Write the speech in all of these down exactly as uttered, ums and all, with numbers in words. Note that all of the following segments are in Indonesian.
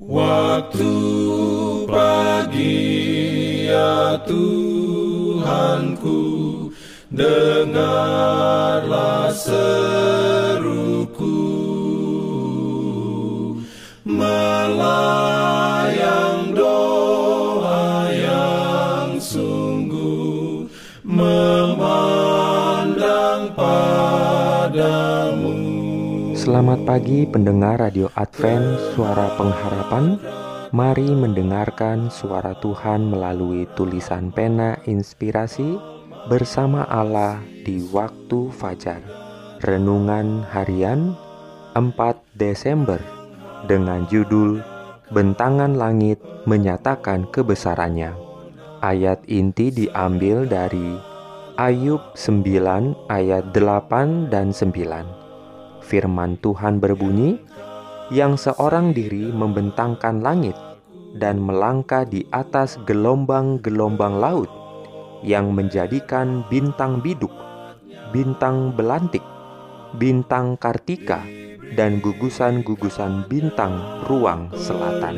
Waktu pagi ya Tuhanku, dengarlah seruku, melayang doa yang sungguh, memandang padamu. Selamat pagi pendengar Radio Advent Suara Pengharapan. Mari mendengarkan suara Tuhan melalui tulisan pena inspirasi bersama Allah di waktu fajar. Renungan harian empat Desember dengan judul Bentangan Langit Menyatakan Kebesarannya. Ayat inti diambil dari Ayub sembilan ayat delapan dan sembilan. Firman Tuhan berbunyi, yang seorang diri membentangkan langit dan melangkah di atas gelombang-gelombang laut, yang menjadikan bintang biduk, bintang belantik, bintang kartika, dan gugusan-gugusan bintang ruang selatan.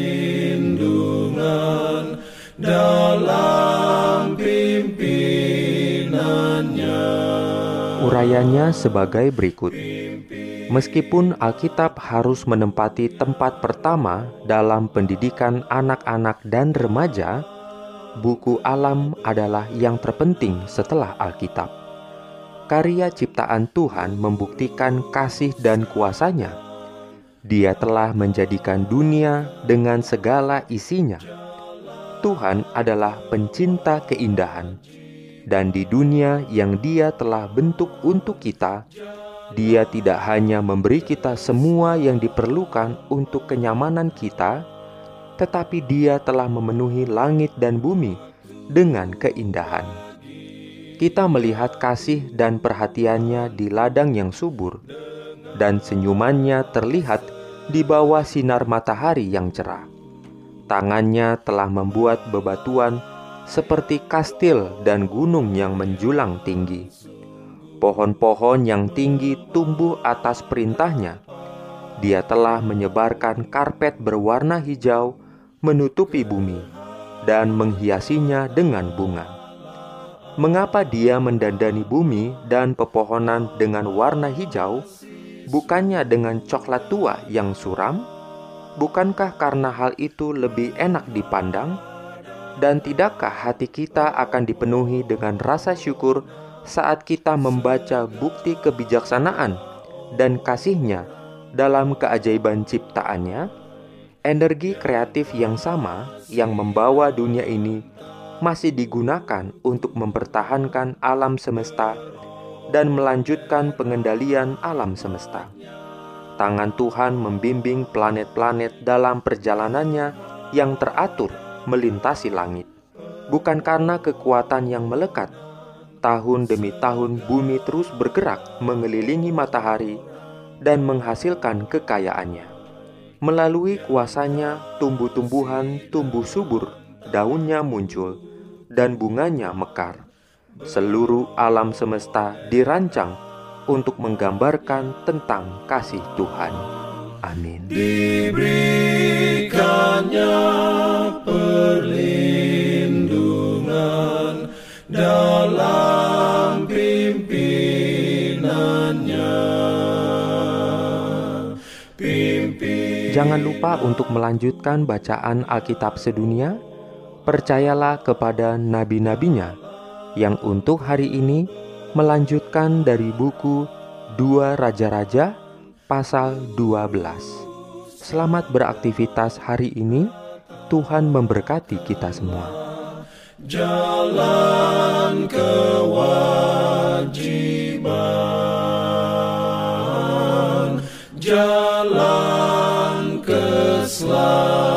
Lindungan dalam pimpinannya. Urayanya sebagai berikut. Meskipun Alkitab harus menempati tempat pertama dalam pendidikan anak-anak dan remaja, buku alam adalah yang terpenting setelah Alkitab. Karya ciptaan Tuhan membuktikan kasih dan kuasa-Nya. Dia telah menjadikan dunia dengan segala isinya. Tuhan adalah pencinta keindahan, dan di dunia yang Dia telah bentuk untuk kita, Dia tidak hanya memberi kita semua yang diperlukan untuk kenyamanan kita, tetapi Dia telah memenuhi langit dan bumi dengan keindahan. Kita melihat kasih dan perhatiannya di ladang yang subur, dan senyumannya terlihat di bawah sinar matahari yang cerah. Tangannya telah membuat bebatuan seperti kastil dan gunung yang menjulang tinggi. Pohon-pohon yang tinggi tumbuh atas perintahnya. Dia telah menyebarkan karpet berwarna hijau menutupi bumi dan menghiasinya dengan bunga. Mengapa Dia mendandani bumi dan pepohonan dengan warna hijau, bukannya dengan coklat tua yang suram? Bukankah karena hal itu lebih enak dipandang? Dan tidakkah hati kita akan dipenuhi dengan rasa syukur saat kita membaca bukti kebijaksanaan dan kasih-Nya dalam keajaiban ciptaannya? Energi kreatif yang sama yang membawa dunia ini masih digunakan untuk mempertahankan alam semesta dan melanjutkan pengendalian alam semesta. Tangan Tuhan membimbing planet-planet dalam perjalanannya yang teratur melintasi langit. Bukan karena kekuatan yang melekat, tahun demi tahun bumi terus bergerak mengelilingi matahari dan menghasilkan kekayaannya. Melalui kuasanya, tumbuh-tumbuhan tumbuh subur, daunnya muncul, dan bunganya mekar. Seluruh alam semesta dirancang untuk menggambarkan tentang kasih Tuhan. Amin. Diberikannya perlindungan dalam pimpinannya. Pimpin... Jangan lupa untuk melanjutkan bacaan Alkitab sedunia. Percayalah kepada nabi-nabinya yang untuk hari ini melanjutkan dari buku Dua Raja-Raja pasal dua belas. Selamat beraktivitas hari ini. Tuhan memberkati kita semua. Jalan kewajiban, jalan keselamatan.